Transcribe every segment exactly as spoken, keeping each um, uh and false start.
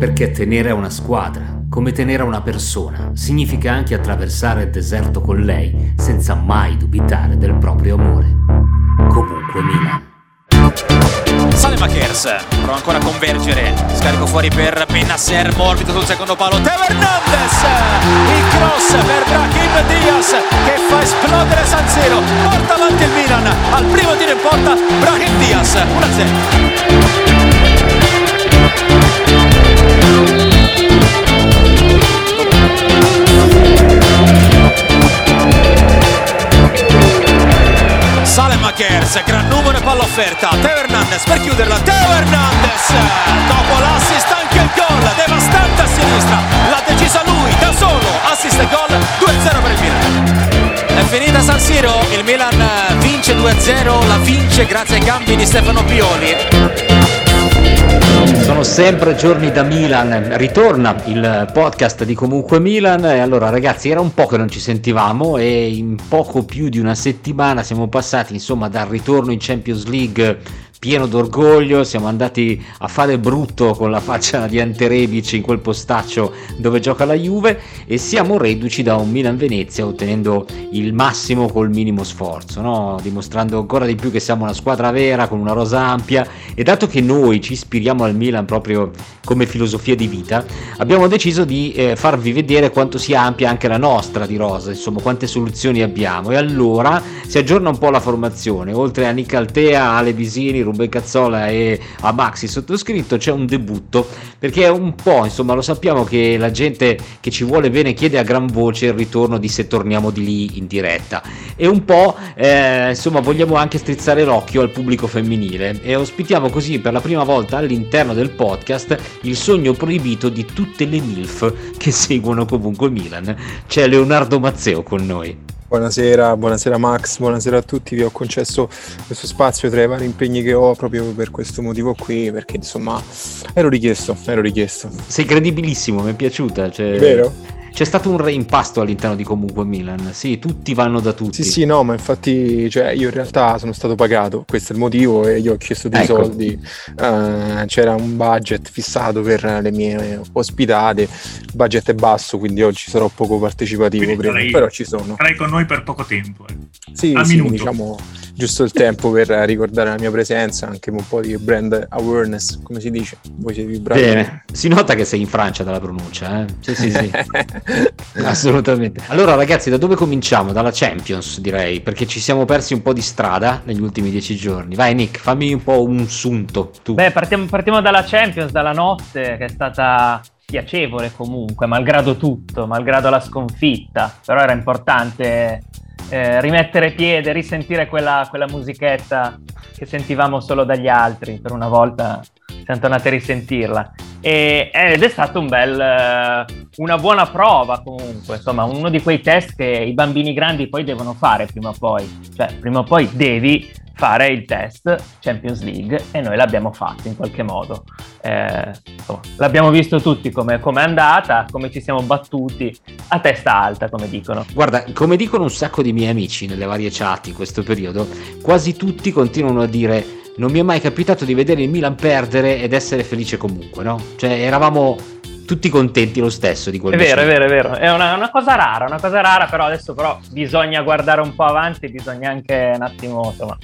perché tenere a una squadra, come tenere a una persona, significa anche attraversare il deserto con lei senza mai dubitare del proprio amore. Comunque Milan. Saelemaekers prova ancora a convergere, scarico fuori per Bennacer, morbido sul secondo palo, Theo Hernandez, il cross per Brahim Diaz che fa esplodere San Siro, porta avanti il Milan, al primo tiro in porta Brahim Diaz, uno a zero. Saelemaekers, gran numero e palla offerta, Theo Hernandez per chiuderla, Theo Hernandez, dopo l'assist anche il gol, devastante a sinistra, l'ha decisa lui, da solo, assist e gol, due a zero per il Milan. È finita San Siro, il Milan vince due a zero, la vince grazie ai cambi di Stefano Pioli. Sono sempre giorni da Milan, ritorna il podcast di Comunque Milan e allora ragazzi era un po' che non ci sentivamo e in poco più di una settimana siamo passati insomma dal ritorno in Champions League pieno d'orgoglio, siamo andati a fare brutto con la faccia di Ante Rebic in quel postaccio dove gioca la Juve e siamo reduci da un Milan-Venezia ottenendo il massimo col minimo sforzo, no? Dimostrando ancora di più che siamo una squadra vera con una rosa ampia e dato che noi ci ispiriamo al Milan proprio come filosofia di vita abbiamo deciso di eh, farvi vedere quanto sia ampia anche la nostra di rosa, insomma quante soluzioni abbiamo e allora si aggiorna un po' la formazione, oltre a Nick Altea, Ale Bisini, Ruben Cazzola e a Maxi sottoscritto c'è un debutto perché è un po' insomma lo sappiamo che la gente che ci vuole bene chiede a gran voce il ritorno di Se torniamo di lì in diretta e un po' eh, insomma vogliamo anche strizzare l'occhio al pubblico femminile e ospitiamo così per la prima volta all'interno del podcast il sogno proibito di tutte le MILF che seguono Comunque Milan. C'è Leonardo Mazzeo con noi. Buonasera, buonasera Max, buonasera a tutti, vi ho concesso questo spazio tra i vari impegni che ho proprio per questo motivo qui, perché insomma ero richiesto, ero richiesto. Sei credibilissimo, mi è piaciuta. Cioè... Vero? C'è stato un reimpasto all'interno di Comunque Milan, sì, tutti vanno da tutti. Sì, sì, no, ma infatti, cioè, io in realtà sono stato pagato, questo è il motivo, e io ho chiesto dei ecco. soldi, uh, c'era un budget fissato per le mie ospitate, il budget è basso, quindi oggi sarò poco partecipativo, prima, sarai, però ci sono. Sarai con noi per poco tempo. Eh. Sì, Al sì, minuto. diciamo giusto il tempo per ricordare la mia presenza, anche un po' di brand awareness, come si dice, voi siete bravi. Bene, si nota che sei in Francia dalla pronuncia, eh? Sì, sì, sì. Assolutamente. Allora ragazzi, da dove cominciamo? Dalla Champions direi, perché ci siamo persi un po' di strada negli ultimi dieci giorni. Vai Nick, fammi un po' un sunto tu. Beh, partiamo, partiamo dalla Champions, dalla notte che è stata piacevole comunque, malgrado tutto, malgrado la sconfitta, però era importante eh, rimettere piede, risentire quella, quella musichetta che sentivamo solo dagli altri, per una volta siamo tornati a risentirla e, ed è stato un bel una buona prova comunque, insomma uno di quei test che i bambini grandi poi devono fare prima o poi, cioè prima o poi devi fare il test Champions League e noi l'abbiamo fatto in qualche modo, eh, insomma, l'abbiamo visto tutti come è andata, come ci siamo battuti a testa alta come dicono. Guarda, come dicono un sacco di miei amici nelle varie chat in questo periodo, quasi tutti continuano a dire non mi è mai capitato di vedere il Milan perdere ed essere felice comunque, no? Cioè eravamo tutti contenti lo stesso di quel È vero, vicino. è vero, è vero, è una, una cosa rara, una cosa rara, però adesso però bisogna guardare un po' avanti, bisogna anche un attimo, insomma,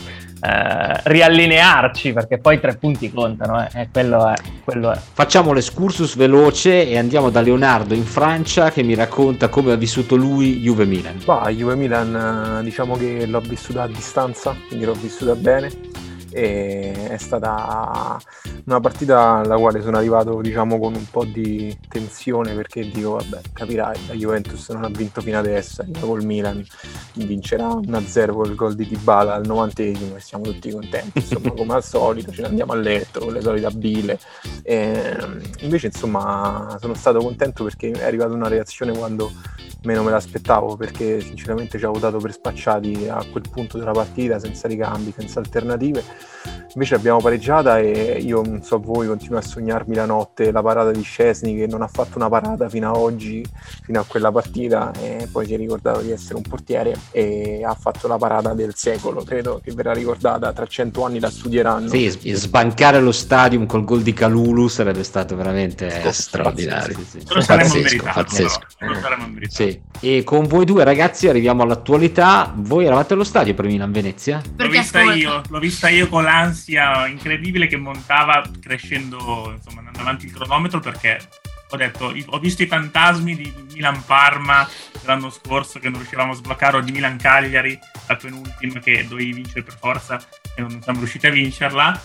eh, riallinearci, perché poi tre punti contano, eh, e quello è, quello è. Facciamo l'escursus veloce e andiamo da Leonardo in Francia che mi racconta come ha vissuto lui Juve Milan. Bah, Juve Milan diciamo che l'ho vissuta a distanza, quindi l'ho vissuta bene. E è stata una partita alla quale sono arrivato diciamo con un po' di tensione perché dico vabbè capirai la Juventus non ha vinto fino adesso, col Milan vincerà uno a zero col gol di Dybala al novantesimo e siamo tutti contenti insomma come al solito ce ne andiamo a letto con le solite bile e invece insomma sono stato contento perché è arrivata una reazione quando meno me l'aspettavo perché sinceramente ci avevo dato per spacciati a quel punto della partita senza ricambi, senza alternative invece abbiamo pareggiata e io non so voi, continuo a sognarmi la notte la parata di Szczesny che non ha fatto una parata fino a oggi, fino a quella partita, e poi si è ricordato di essere un portiere e ha fatto la parata del secolo, credo che verrà ricordata, tra cento anni la studieranno. Sì, sbancare lo stadium col gol di Kalulu sarebbe stato veramente oh, straordinario. Sì, sì. Lo saremmo meritato, pazzesco. Lo saremmo meritato. Sì. E con voi due ragazzi arriviamo all'attualità. Voi eravate allo stadio per Milan-Venezia? L'ho vista io, l'ho vista io con l'ansia incredibile che montava crescendo, insomma, andando avanti il cronometro, perché ho detto, ho visto i fantasmi di Milan-Parma l'anno scorso che non riuscivamo a sbloccare, o di Milan-Cagliari, la penultima che dovevi vincere per forza e non siamo riusciti a vincerla,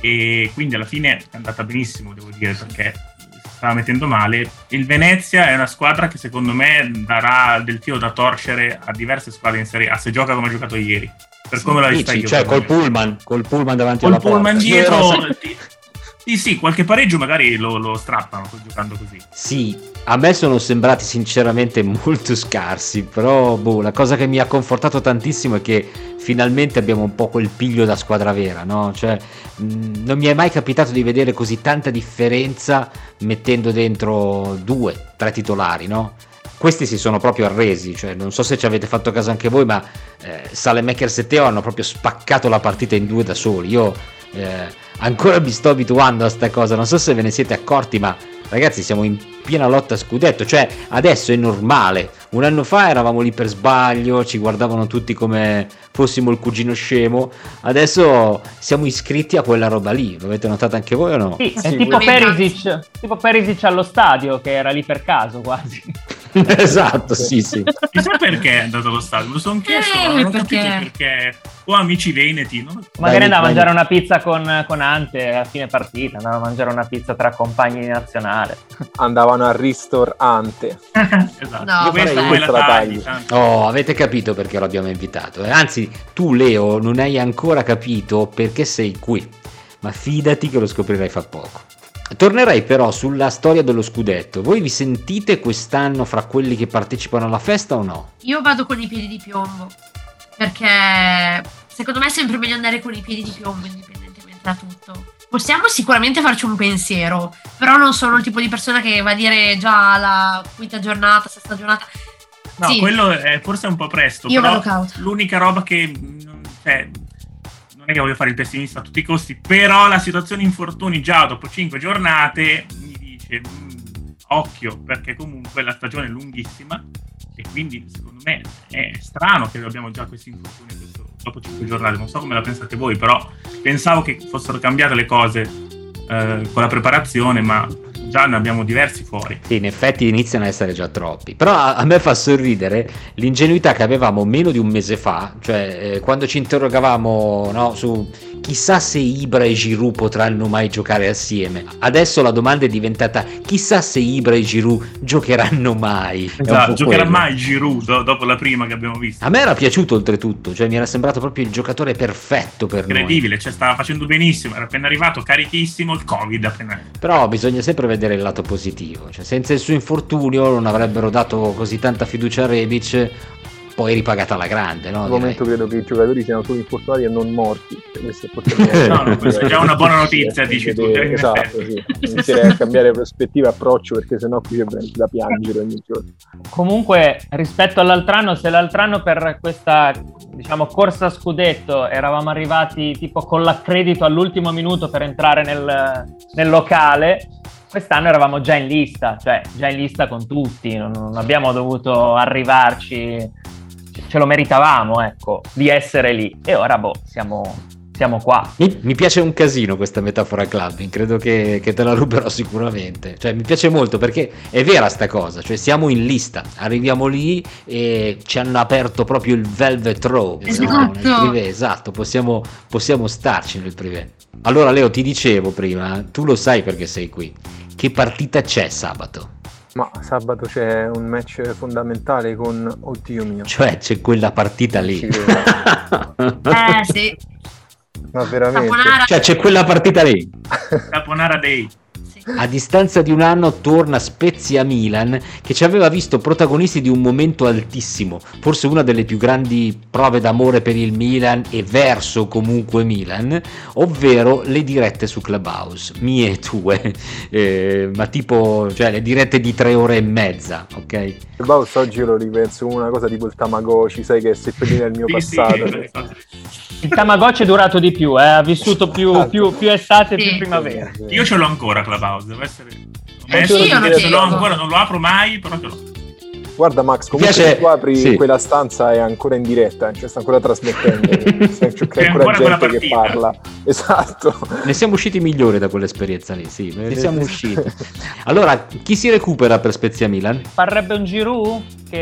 e quindi alla fine è andata benissimo, devo dire, perché si stava mettendo male. Il Venezia è una squadra che secondo me darà del filo da torcere a diverse squadre in Serie A se gioca come ha giocato ieri, per come l'ho vista io. Cioè col pullman, col pullman davanti col alla porta. Col pullman dietro... Sì, sì, qualche pareggio magari lo, lo strappano giocando così. Sì, a me sono sembrati sinceramente molto scarsi, però boh, la cosa che mi ha confortato tantissimo è che finalmente abbiamo un po' quel piglio da squadra vera, no? Cioè, mh, non mi è mai capitato di vedere così tanta differenza mettendo dentro due, tre titolari, no? Questi si sono proprio arresi, cioè non so se ci avete fatto caso anche voi, ma eh, Saelemaekers e Theo hanno proprio spaccato la partita in due da soli. Io eh, ancora mi sto abituando a sta cosa, non so se ve ne siete accorti, ma ragazzi siamo in piena lotta a scudetto, cioè adesso è normale. Un anno fa eravamo lì per sbaglio, ci guardavano tutti come fossimo il cugino scemo, adesso siamo iscritti a quella roba lì, l'avete notato anche voi o no? Sì, è tipo Perisic, tipo Perisic allo stadio che era lì per caso quasi. Esatto, sì, sì. Chissà perché è andato allo stadio, me lo sono chiesto, eh, non ho perché... capito perché. O amici veneti, no? Magari andava a mangiare una pizza con, con Ante a fine partita, andava a mangiare una pizza tra compagni di nazionale. Andavano al ristorante. Esatto. No, questo poi la tagli. Oh, avete capito perché lo abbiamo invitato. Eh? Anzi, tu Leo non hai ancora capito perché sei qui, ma fidati che lo scoprirai fra poco. Tornerei però sulla storia dello scudetto. Voi vi sentite quest'anno fra quelli che partecipano alla festa o no? Io vado con i piedi di piombo, perché secondo me è sempre meglio andare con i piedi di piombo indipendentemente da tutto. Possiamo sicuramente farci un pensiero, però non sono il tipo di persona che va a dire già la quinta giornata, sesta giornata. No, sì. Quello è forse un po' presto. Io però vado cauta. L'unica roba che cioè, non è che voglio fare il pessimista a tutti i costi, però la situazione infortuni già dopo cinque giornate mi dice mh, occhio, perché comunque la stagione è lunghissima e quindi secondo me è strano che abbiamo già questi infortuni questo, dopo cinque giornate. Non so come la pensate voi, però pensavo che fossero cambiate le cose eh, con la preparazione, ma già ne abbiamo diversi fuori. Sì, in effetti iniziano a essere già troppi. Però a, a me fa sorridere l'ingenuità che avevamo meno di un mese fa, cioè eh, quando ci interrogavamo, no, su chissà se Ibra e Giroud potranno mai giocare assieme. Adesso la domanda è diventata chissà se Ibra e Giroud giocheranno mai. Esatto, giocherà quello. mai Giroud do, dopo la prima che abbiamo visto. A me era piaciuto oltretutto, cioè mi era sembrato proprio il giocatore perfetto per Incredibile, noi. Incredibile, cioè stava facendo benissimo, era appena arrivato, carichissimo, il Covid appena. Però bisogna sempre vedere il lato positivo, cioè senza il suo infortunio non avrebbero dato così tanta fiducia a Rebic, poi ripagata alla grande, no? Al momento credo che i giocatori siano solo infortunati e non morti, questo è no, no, questa è già una buona notizia, dici tu. Esatto, sì. Inizierei a cambiare prospettiva e approccio, perché sennò qui c'è veramente da piangere ogni giorno. Comunque, rispetto all'altro anno, se l'altro anno per questa, diciamo, corsa a scudetto eravamo arrivati tipo con l'accredito all'ultimo minuto per entrare nel, nel locale, quest'anno eravamo già in lista, cioè già in lista con tutti, non, non abbiamo dovuto arrivarci, ce lo meritavamo, ecco, di essere lì, e ora boh, siamo, siamo qua. Mi, mi piace un casino questa metafora clubbing, credo che, che te la ruberò sicuramente, cioè mi piace molto perché è vera sta cosa, cioè siamo in lista, arriviamo lì e ci hanno aperto proprio il velvet row, esatto, no? Nel privé, esatto, possiamo, possiamo starci nel privé. Allora Leo, ti dicevo prima, tu lo sai perché sei qui, che partita c'è sabato? Ma sabato c'è un match fondamentale con, oddio mio, cioè c'è quella partita lì. Eh sì. Ma veramente? Caponara. Cioè c'è quella partita lì. Caponara Day. Sì. a distanza di un anno torna Spezia Milan, che ci aveva visto protagonisti di un momento altissimo, forse una delle più grandi prove d'amore per il Milan e verso comunque Milan, ovvero le dirette su Clubhouse, mie e tue, eh, ma tipo, cioè le dirette di tre ore e mezza, ok? Clubhouse oggi io lo ripenso come una cosa tipo il Tamagotchi, sai che è seppellire il mio Sì, passato. sì, Il Tamagotchi è durato di più, eh? Ha vissuto più, più, più estate e Sì. più primavera. io ce l'ho ancora Clubhouse, devo essere Anch'io onesto, lo ce l'ho tengo. ancora, non lo apro mai, però ce l'ho. Guarda Max, comunque piace- se tu apri sì. quella stanza è ancora in diretta, cioè sta ancora trasmettendo, c'è C'è ancora ancora quella gente che partita. parla. Esatto. Ne siamo usciti migliori da quell'esperienza lì, sì, ne siamo usciti. Allora, chi si recupera per Spezia Milan? Parrebbe un Giroud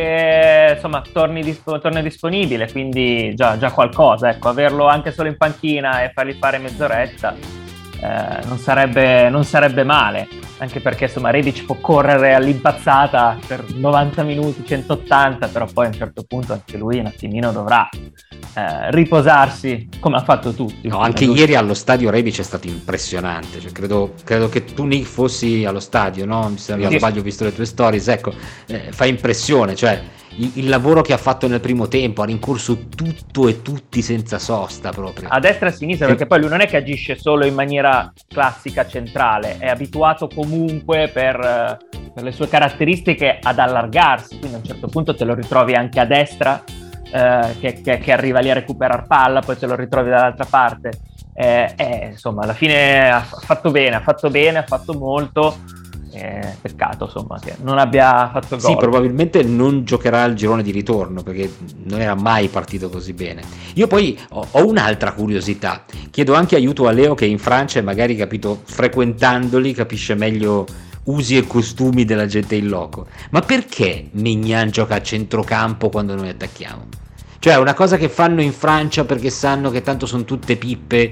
che insomma torni, disp- torna disponibile, quindi già, già qualcosa, ecco, averlo anche solo in panchina e fargli fare mezz'oretta eh, non, sarebbe, non sarebbe male, anche perché insomma Rebic può correre all'impazzata per novanta minuti, centottanta, però poi a un certo punto anche lui un attimino dovrà eh, riposarsi come ha fatto tutti. No, anche ieri allo stadio Rebic è stato impressionante, cioè, credo, credo che tu Nick fossi allo stadio, no? Se non Sì. sbaglio ho visto le tue stories, ecco, eh, fa impressione, cioè il, il lavoro che ha fatto nel primo tempo, ha rincorso tutto e tutti senza sosta proprio. A destra e a sinistra, perché poi lui non è che agisce solo in maniera classica centrale, è abituato comunque per, eh, per le sue caratteristiche ad allargarsi, quindi a un certo punto te lo ritrovi anche a destra eh, che, che, che arriva lì a recuperare palla, poi te lo ritrovi dall'altra parte. Eh, eh, insomma, alla fine ha fatto bene, ha fatto bene, ha fatto molto. Eh, peccato insomma che non abbia fatto gol. Sì, probabilmente non giocherà il girone di ritorno perché non era mai partito così bene. Io poi ho, ho un'altra curiosità, chiedo anche aiuto a Leo che è in Francia e magari, capito, frequentandoli capisce meglio usi e costumi della gente in loco. Ma perché Maignan gioca a centrocampo quando noi attacchiamo? Cioè è una cosa che fanno in Francia perché sanno che tanto sono tutte pippe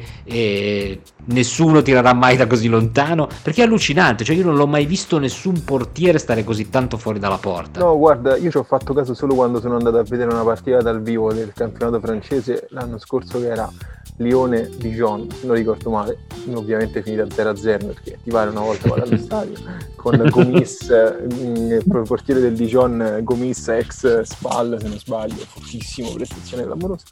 e nessuno tirerà mai da così lontano, perché è allucinante, cioè io non l'ho mai visto nessun portiere stare così tanto fuori dalla porta. No, guarda, io ci ho fatto caso solo quando sono andato a vedere una partita dal vivo del campionato francese l'anno scorso, che era Lione-Dijon, se non ricordo male, ovviamente finita zero a zero perché ti pare una volta vado allo stadio, con Gomis, il portiere del Dijon, Gomis ex Spal se non sbaglio, fortissimo, prestazione clamorosa,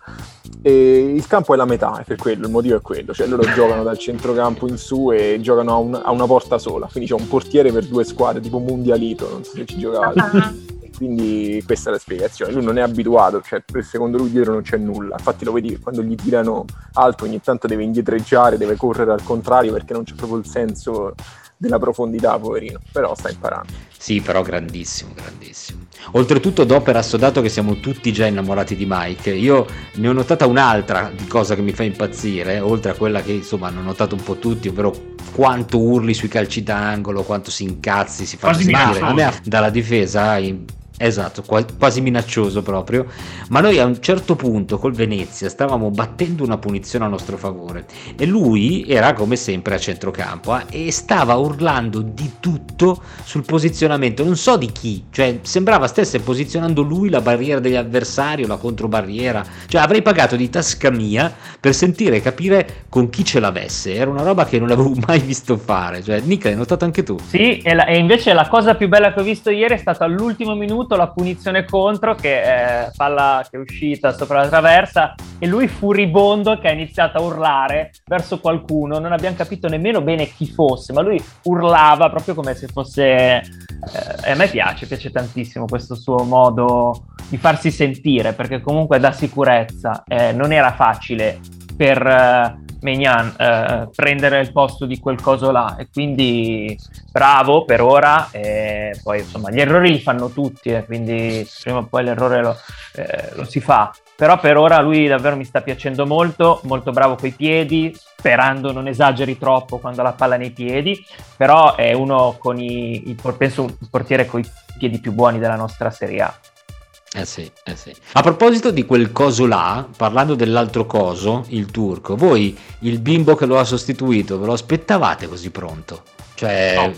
e il campo è la metà, è per quello, il motivo è quello, cioè loro giocano dal centrocampo in su e giocano a, un, a una porta sola, quindi c'è un portiere per due squadre, tipo Mundialito, non so se ci giocavate. Quindi questa è la spiegazione, lui non è abituato, cioè secondo lui dietro non c'è nulla, infatti lo vedi quando gli tirano alto ogni tanto deve indietreggiare, deve correre al contrario perché non c'è proprio il senso della profondità, poverino, però sta imparando. Sì, però grandissimo, grandissimo. Oltretutto do per assodato che siamo tutti già innamorati di Mike. Io ne ho notata un'altra di cosa che mi fa impazzire, oltre a quella che insomma hanno notato un po' tutti, ovvero quanto urli sui calci d'angolo, quanto si incazzi, si fa Quasi sentire minaccioso. a me dalla difesa in... Esatto, quasi minaccioso proprio. Ma noi a un certo punto col Venezia stavamo battendo una punizione a nostro favore e lui era come sempre a centrocampo eh, e stava urlando di tutto sul posizionamento, non so di chi, cioè sembrava stesse posizionando lui la barriera degli avversari o la controbarriera, cioè avrei pagato di tasca mia per sentire e capire con chi ce l'avesse, era una roba che non avevo mai visto fare, cioè Nick, l'hai notato anche tu? Sì, e, la, e invece la cosa più bella che ho visto ieri è stata all'ultimo minuto la punizione contro, che è palla che è uscita sopra la traversa e lui furibondo che ha iniziato a urlare verso qualcuno, non abbiamo capito nemmeno bene chi fosse, ma lui urlava proprio come se fosse eh, e a me piace, piace tantissimo questo suo modo di farsi sentire, perché comunque dà sicurezza, eh, non era facile per eh, Maignan eh, prendere il posto di quel coso là e quindi bravo per ora, e poi insomma gli errori li fanno tutti eh, quindi prima o poi l'errore lo, eh, lo si fa, però per ora lui davvero mi sta piacendo molto, molto bravo coi piedi, sperando non esageri troppo quando ha la palla nei piedi, però è uno con i, i penso un portiere con i piedi più buoni della nostra Serie A. Eh sì, eh sì. A proposito di quel coso là, parlando dell'altro coso, il turco, voi il bimbo che lo ha sostituito, ve lo aspettavate così pronto? Cioè, No,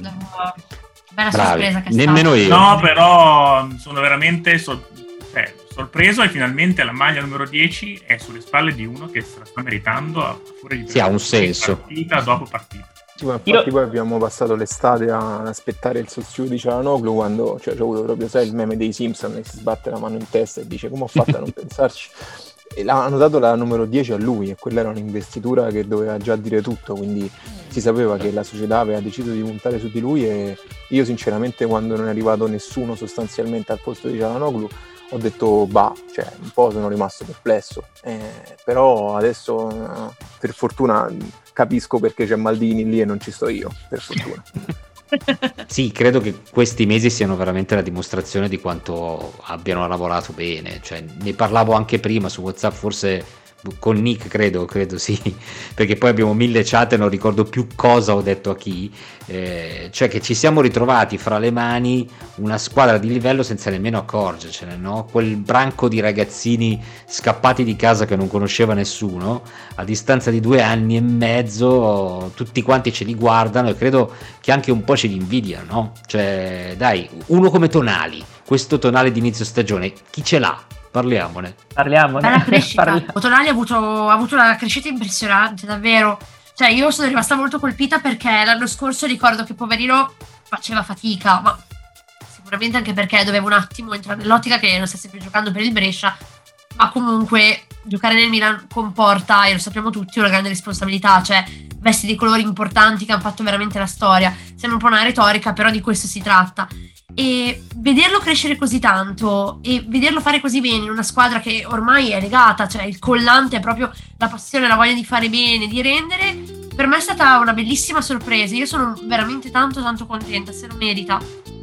bella bravi. sorpresa che è Nemmeno stata. io. No, però sono veramente so- cioè, sorpreso e finalmente la maglia numero dieci è sulle spalle di uno che se la sta meritando a furia di Sì, ha un senso. partita dopo partita. Sì, ma infatti Io... poi abbiamo passato l'estate ad aspettare il sostituto di Cialanoglu quando, cioè, c'è avuto proprio, sai, il meme dei Simpson che si sbatte la mano in testa e dice come ho fatto a non pensarci. E hanno dato la numero dieci a lui e quella era un'investitura che doveva già dire tutto, quindi si sapeva che la società aveva deciso di puntare su di lui e io sinceramente quando non è arrivato nessuno sostanzialmente al posto di Cialanoglu ho detto bah, cioè un po' sono rimasto perplesso, eh, però adesso per fortuna capisco perché c'è Maldini lì e non ci sto io, per fortuna. Sì, credo che questi mesi siano veramente la dimostrazione di quanto abbiano lavorato bene, cioè, ne parlavo anche prima su WhatsApp, forse con Nick credo, credo sì, perché poi abbiamo mille chat e non ricordo più cosa ho detto a chi, eh, cioè che ci siamo ritrovati fra le mani una squadra di livello senza nemmeno accorgercene, no? Quel branco di ragazzini scappati di casa che non conosceva nessuno, a distanza di due anni e mezzo tutti quanti ce li guardano e credo che anche un po' ce li invidiano, no? Cioè dai, uno come Tonali, questo Tonali di inizio stagione, chi ce l'ha? Parliamone. Parliamone. La crescita. Parli- Tonali ha avuto, ha avuto una crescita impressionante, davvero. Cioè, io sono rimasta molto colpita perché l'anno scorso ricordo che poverino faceva fatica, ma sicuramente anche perché doveva un attimo entrare nell'ottica che non stesse più giocando per il Brescia, ma comunque giocare nel Milan comporta, e lo sappiamo tutti, una grande responsabilità, cioè vesti dei colori importanti che hanno fatto veramente la storia. Sembra un po' una retorica, però di questo si tratta. E vederlo crescere così tanto e vederlo fare così bene in una squadra che ormai è legata, cioè il collante è proprio la passione, la voglia di fare bene, di rendere, per me è stata una bellissima sorpresa. Io sono veramente tanto tanto contenta, se lo merita.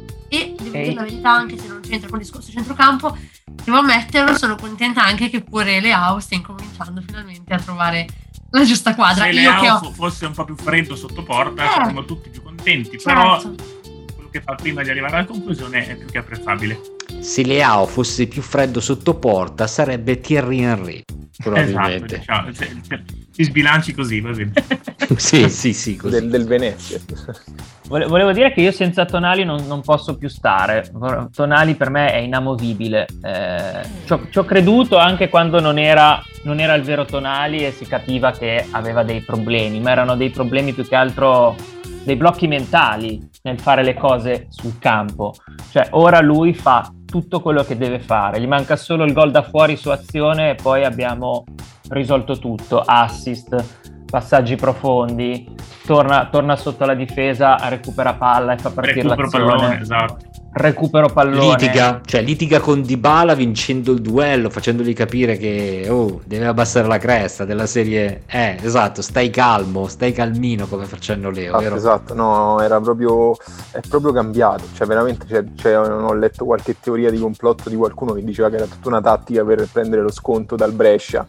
E devo Ehi. dire la verità, anche se non c'entra con il discorso centrocampo, devo ammetterlo, sono contenta anche che pure Leao stia incominciando finalmente a trovare la giusta quadra. Se Io che Leao ho... fosse un po' più freddo sotto porta, Eh. saremmo tutti più contenti, Certo. però quello che fa prima di arrivare alla conclusione è più che apprezzabile. Se Leao fosse più freddo sotto porta sarebbe Thierry Henry, probabilmente. Esatto, diciamo, se- se- si sbilanci così, va bene. Sì, sì, sì, così. Del, del Venezia. Vole- Volevo dire che io senza Tonali non, non posso più stare. Tonali per me è inamovibile. Eh, ci, ho, ci ho creduto anche quando non era, non era il vero Tonali e si capiva che aveva dei problemi, ma erano dei problemi più che altro dei blocchi mentali nel fare le cose sul campo. Cioè ora lui fa tutto quello che deve fare, gli manca solo il gol da fuori su azione e poi abbiamo risolto tutto, assist, passaggi profondi, torna, torna sotto la difesa, recupera palla e fa partire Recupero l'azione. pallone, esatto. Recupero pallone. Litiga, cioè litiga con Dybala vincendo il duello, facendogli capire che oh, deve abbassare la cresta della serie. Eh, esatto, stai calmo, stai calmino come facendo Leo, Ah, vero? esatto, no, era proprio, è proprio cambiato, cioè veramente, cioè, cioè, ho letto qualche teoria di complotto di qualcuno che diceva che era tutta una tattica per prendere lo sconto dal Brescia.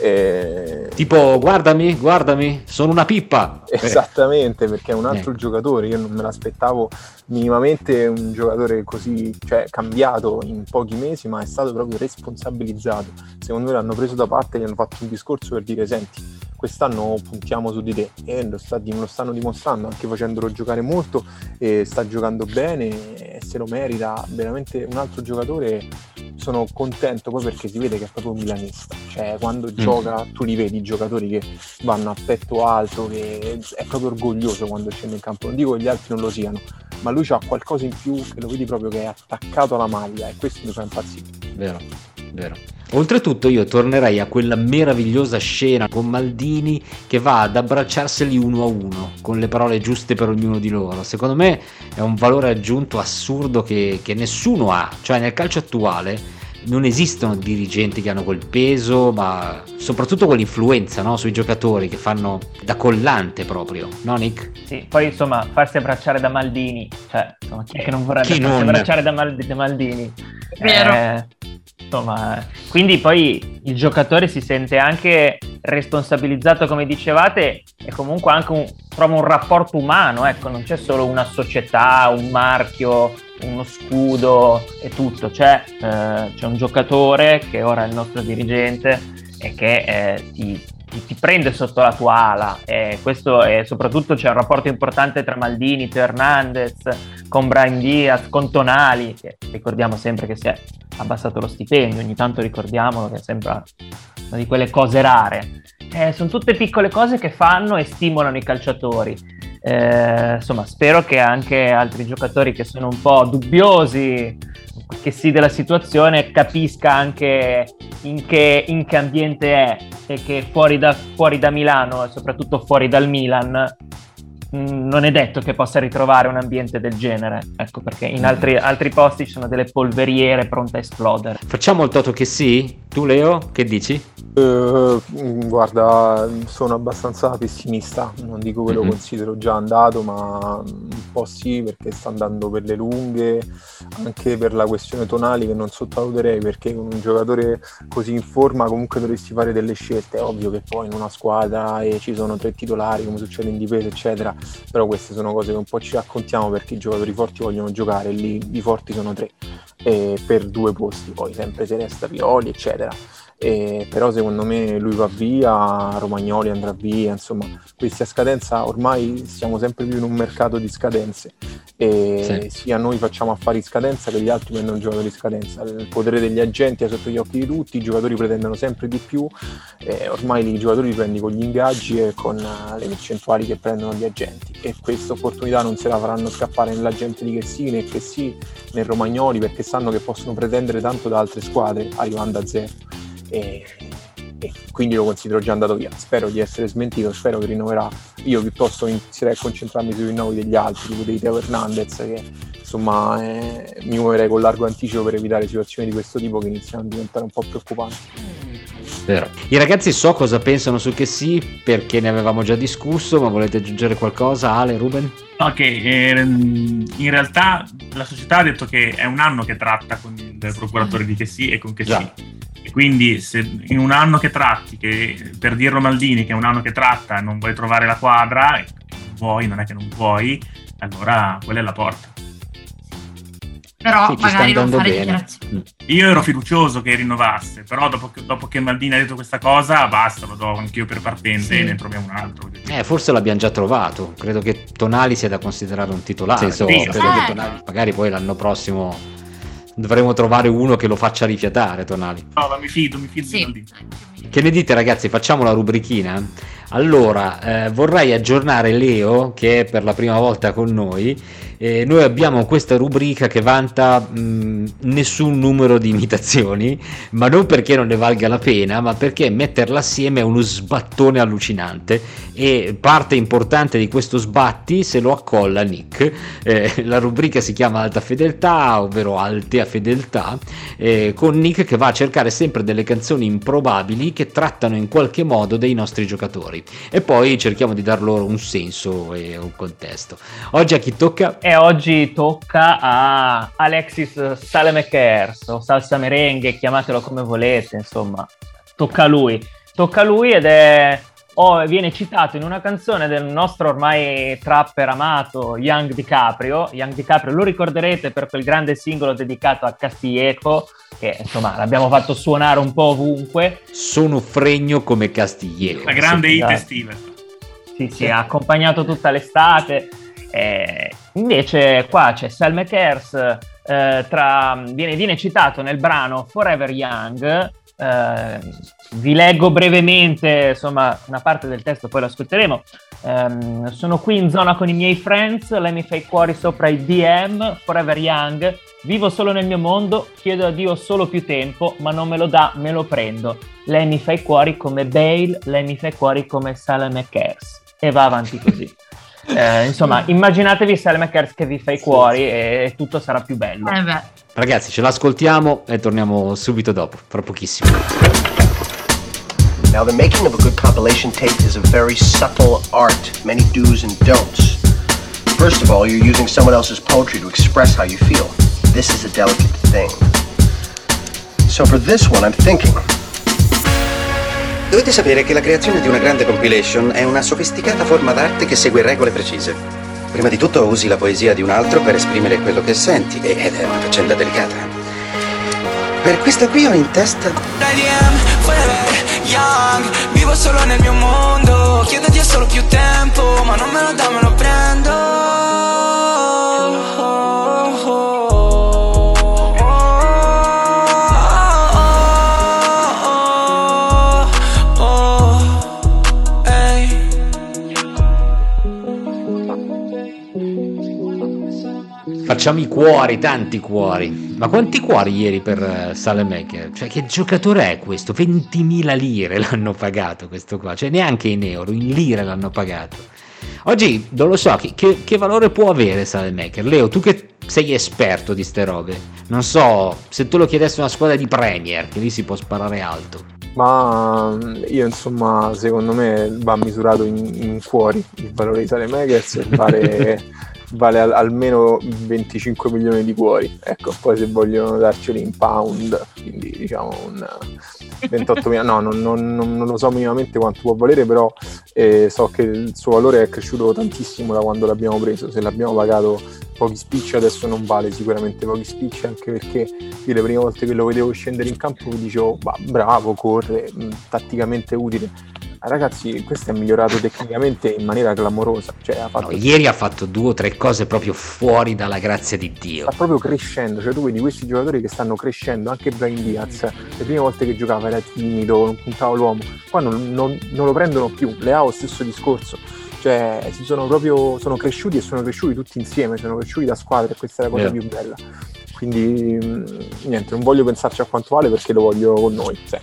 E... Tipo, guardami, guardami, sono una pippa. Esattamente, perché è un altro Eh. giocatore, io non me l'aspettavo minimamente un giocatore così, cioè cambiato in pochi mesi, ma è stato proprio responsabilizzato. Secondo me l'hanno preso da parte e gli hanno fatto un discorso per dire senti, quest'anno puntiamo su di te, e lo, sta, lo stanno dimostrando anche facendolo giocare molto, e sta giocando bene e se lo merita, veramente un altro giocatore. Sono contento poi perché si vede che è proprio un milanista, cioè quando mm. gioca tu li vedi i giocatori che vanno a petto alto, che è proprio orgoglioso quando scende in campo. Non dico che gli altri non lo siano, ma lui c'ha qualcosa in più che lo vedi proprio che è attaccato alla maglia, e questo mi fa impazzire. Vero, vero. Oltretutto io tornerei a quella meravigliosa scena con Maldini che va ad abbracciarseli uno a uno con le parole giuste per ognuno di loro. Secondo me è un valore aggiunto assurdo che, che nessuno ha, cioè nel calcio attuale non esistono dirigenti che hanno quel peso, ma soprattutto quell'influenza, no, sui giocatori, che fanno da collante proprio, no Nick? Sì, poi insomma farsi abbracciare da Maldini, cioè insomma chi è che non vorrebbe Chi farsi non? abbracciare da, Mal- da Maldini? Vero. Eh, insomma, quindi poi il giocatore si sente anche responsabilizzato, come dicevate, e comunque anche un, trova un rapporto umano, ecco, non c'è solo una società, un marchio, uno scudo e tutto, c'è, eh, c'è un giocatore che ora è il nostro dirigente e che eh, ti, ti, ti prende sotto la tua ala, e questo è, soprattutto c'è un rapporto importante tra Maldini, Teo Hernandez, con Brahim Diaz, con Tonali, che ricordiamo sempre che si è abbassato lo stipendio, ogni tanto ricordiamolo, che sembra una di quelle cose rare. Eh, sono tutte piccole cose che fanno e stimolano i calciatori. Eh, insomma, spero che anche altri giocatori che sono un po' dubbiosi che sì della situazione capisca anche in che, in che ambiente è, e che fuori da, fuori da Milano e soprattutto fuori dal Milan mh, non è detto che possa ritrovare un ambiente del genere, ecco, perché in altri, altri posti ci sono delle polveriere pronte a esplodere. Facciamo il toto che sì? Tu Leo, che dici? Uh, guarda, sono abbastanza pessimista, non dico che lo mm-hmm. considero già andato, ma un po' sì, perché sta andando per le lunghe, anche per la questione Tonali che non sottovaluterei, perché con un giocatore così in forma comunque dovresti fare delle scelte. È ovvio che poi in una squadra e ci sono tre titolari come succede in difesa eccetera, però queste sono cose che un po' ci raccontiamo perché i giocatori forti vogliono giocare, lì i forti sono tre e per due posti, poi sempre se resta Pioli eccetera. Eh, però secondo me lui va via, Romagnoli andrà via, insomma questi a scadenza, ormai siamo sempre più in un mercato di scadenze e sì. Sia noi facciamo affari in scadenza che gli altri prendono giocatori in scadenza. Il potere degli agenti è sotto gli occhi di tutti, i giocatori pretendono sempre di più e ormai i giocatori li prendi con gli ingaggi e con le percentuali che prendono gli agenti, e questa opportunità non se la faranno scappare nell'agente di Chessy né Chessy né Romagnoli, perché sanno che possono pretendere tanto da altre squadre arrivando a zero. E, e quindi lo considero già andato via. Spero di essere smentito, spero che rinnoverà. Io piuttosto inizierei a concentrarmi sui rinnovi degli altri, tipo dei Teo Hernandez, che insomma eh, mi muoverei con largo anticipo per evitare situazioni di questo tipo che iniziano a diventare un po' preoccupanti. Vero. I ragazzi so cosa pensano su che sì, perché ne avevamo già discusso, ma volete aggiungere qualcosa? Ale, Ruben? No, che eh, in realtà la società ha detto che è un anno che tratta con il procuratore di Chessy e con Chessy. E quindi se in un anno che tratti, che per dirlo Maldini che è un anno che tratta, non vuoi trovare la quadra, non vuoi, non è che non puoi, allora quella è la porta. Però sì, magari non fare dichiarazioni. Io ero fiducioso che rinnovasse, però dopo che, dopo che Maldini ha detto questa cosa, basta, lo do anch'io per partente sì. E ne troviamo un altro. Eh, forse l'abbiamo già trovato. Credo che Tonali sia da considerare un titolare. Senso, sì, credo eh. che Tonali, magari poi l'anno prossimo dovremo trovare uno che lo faccia rifiatare, Tonali. No, ma mi fido, mi fido sì. di Maldini. Che ne dite ragazzi? Facciamo la rubrichina? Allora, eh, vorrei aggiornare Leo, che è per la prima volta con noi. Eh, noi abbiamo questa rubrica che vanta mh, nessun numero di imitazioni, ma non perché non ne valga la pena, ma perché metterla assieme è uno sbattone allucinante, e parte importante di questo sbatti se lo accolla Nick. Eh, la rubrica si chiama Alta Fedeltà, ovvero Altea Fedeltà, eh, con Nick che va a cercare sempre delle canzoni improbabili che trattano in qualche modo dei nostri giocatori, e poi cerchiamo di dar loro un senso e un contesto. Oggi a chi tocca? E oggi tocca a Alexis Saelemaekers o Salsa Merengue, chiamatelo come volete, insomma, tocca a lui. Tocca a lui ed è oh, viene citato in una canzone del nostro ormai trapper amato Young DiCaprio. Young DiCaprio lo ricorderete per quel grande singolo dedicato a Castillejo, che insomma l'abbiamo fatto suonare un po' ovunque. Sono fregno come Castillejo. La grande hit sì, estiva. Sì, sì, ha accompagnato tutta l'estate. Eh, invece qua c'è Saelemaekers, eh, tra, viene, viene citato nel brano Forever Young. Eh, vi leggo brevemente, insomma, una parte del testo, poi lo ascolteremo. Um, sono qui in zona con i miei friends, lei mi fa i cuori sopra i D M, Forever Young, vivo solo nel mio mondo, chiedo a Dio solo più tempo, ma non me lo dà, me lo prendo. Lei mi fa i cuori come Bale, lei mi fa i cuori come Saelemaekers, e va avanti così. Eh, insomma, immaginatevi Saelemaekers che vi fa i cuori e tutto sarà più bello. Eh beh. Ragazzi, ce l'ascoltiamo e torniamo subito dopo, fra pochissimo. Now, the making of a good compilation tape is a very subtle art, many do's and don'ts. First of all, you're using someone else's poetry to express how you feel. This is a delicate thing. So for this one, I'm thinking. Dovete sapere che la creazione di una grande compilation è una sofisticata forma d'arte che segue regole precise. Prima di tutto usi la poesia di un altro per esprimere quello che senti, ed è una faccenda delicata. Per questo qui ho in testa... Young, vivo solo nel mio mondo, chiedo Dio solo più tempo, ma non me lo dà, me lo prendo. Oh, oh, oh, oh, oh, oh, hey. facciamo i cuori, tanti cuori. Ma quanti cuori ieri per uh, Salemaker? Cioè, che giocatore è questo? ventimila lire l'hanno pagato questo qua, cioè neanche in euro, in lire l'hanno pagato. Oggi non lo so, che, che valore può avere Salemaker? Leo, tu che sei esperto di ste robe, non so, se tu lo chiedessi a una squadra di Premier, che lì si può sparare alto. Ma io insomma, secondo me va misurato in, in cuori il valore di Salemaker, e vale, vale al, almeno venticinque milioni di cuori. Ecco, poi se vogliono darceli in pound, quindi diciamo un ventottomila, no, non, non, non lo so minimamente quanto può valere, però eh, so che il suo valore è cresciuto tantissimo da quando l'abbiamo preso. Se l'abbiamo pagato pochi spicci, adesso non vale sicuramente pochi spicci, anche perché io le prime volte che lo vedevo scendere in campo mi dicevo bah, bravo, corre, mh, tatticamente utile. Ah, ragazzi, questo è migliorato tecnicamente in maniera clamorosa, cioè, ha fatto... no, ieri ha fatto due o tre cose proprio fuori dalla grazia di Dio, sta proprio crescendo, cioè tu vedi questi giocatori che stanno crescendo. Anche Brahim Diaz, le prime volte che giocava era timido, non puntava l'uomo, qua non, non, non lo prendono più. Leao stesso discorso, cioè si sono proprio sono cresciuti, e sono cresciuti tutti insieme, sono cresciuti da squadra, e questa è la cosa yeah. più bella. Quindi niente, non voglio pensarci a quanto vale perché lo voglio con noi. Sì.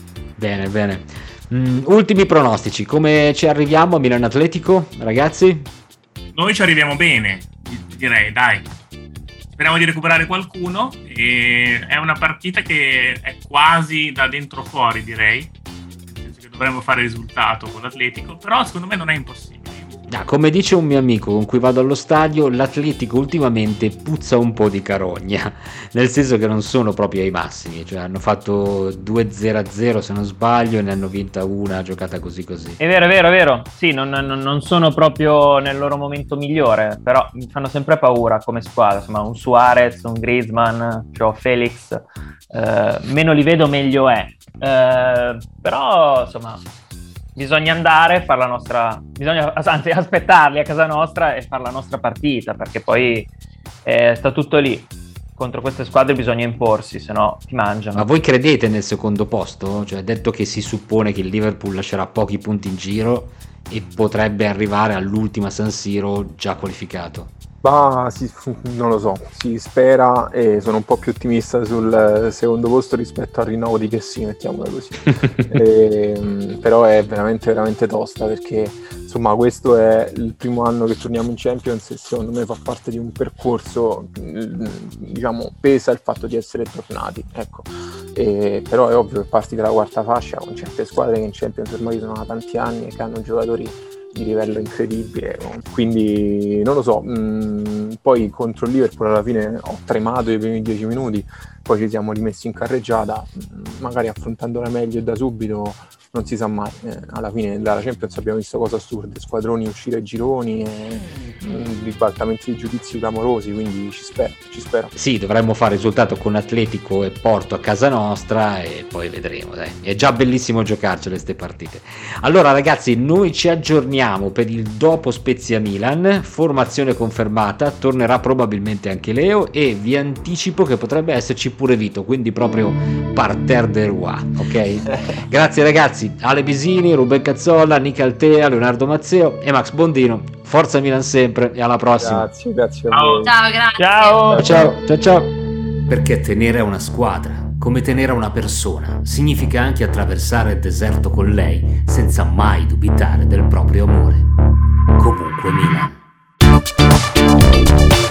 Bene, bene. Mm, ultimi pronostici, come ci arriviamo a Milan Atletico, ragazzi? Noi ci arriviamo bene, direi, dai. Speriamo di recuperare qualcuno, e è una partita che è quasi da dentro fuori, direi. Nel senso che dovremmo fare risultato con l'Atletico, però secondo me non è impossibile. Ah, come dice un mio amico con cui vado allo stadio, l'Atletico ultimamente puzza un po' di carogna, nel senso che non sono proprio ai massimi, cioè hanno fatto due zero a zero se non sbaglio, e ne hanno vinta una giocata così così. È vero, è vero, è vero, sì, non, non, non sono proprio nel loro momento migliore, però mi fanno sempre paura come squadra, insomma un Suarez, un Griezmann, Joao Felix, eh, meno li vedo meglio è, eh, però insomma... bisogna andare, far la nostra, bisogna anzi aspettarli a casa nostra e fare la nostra partita, perché poi eh, sta tutto lì. Contro queste squadre bisogna imporsi, se no ti mangiano. Ma voi credete nel secondo posto? Cioè, detto che si suppone che il Liverpool lascerà pochi punti in giro e potrebbe arrivare all'ultima San Siro già qualificato. Ma sì, non lo so, si spera, e sono un po' più ottimista sul secondo posto rispetto al rinnovo di Kessie, mettiamola così. e, però è veramente veramente tosta, perché insomma questo è il primo anno che torniamo in Champions, e secondo me fa parte di un percorso, diciamo, pesa il fatto di essere tornati, ecco. E, però è ovvio che parti dalla quarta fascia con certe squadre che in Champions ormai sono da tanti anni e che hanno giocatori di livello incredibile, quindi non lo so. Mh, poi contro il Liverpool alla fine ho tremato i primi dieci minuti, poi ci siamo rimessi in carreggiata, magari affrontandola meglio e da subito, non si sa mai. Eh, alla fine dalla Champions abbiamo visto cose assurde, squadroni uscire ai gironi e mh, ribaltamenti di giudizi clamorosi, quindi ci spero, ci spero. Sì, dovremmo fare risultato con Atletico e Porto a casa nostra, e poi vedremo, dai. È già bellissimo giocarcele ste partite. Allora ragazzi, noi ci aggiorniamo per il dopo Spezia Milan, formazione confermata, tornerà probabilmente anche Leo, e vi anticipo che potrebbe esserci pure Vito, quindi proprio parterre de roi, ok? Grazie ragazzi, Ale Bisini, Ruben Cazzolla, Nick Altea, Leonardo Mazzeo e Max Bondino. Forza Milan sempre, e alla prossima. Grazie, grazie a ciao. voi. Ciao, grazie. Ciao. Ciao, ciao, ciao. Perché tenere a una squadra, come tenere a una persona, significa anche attraversare il deserto con lei senza mai dubitare del proprio amore. Comunque Milan.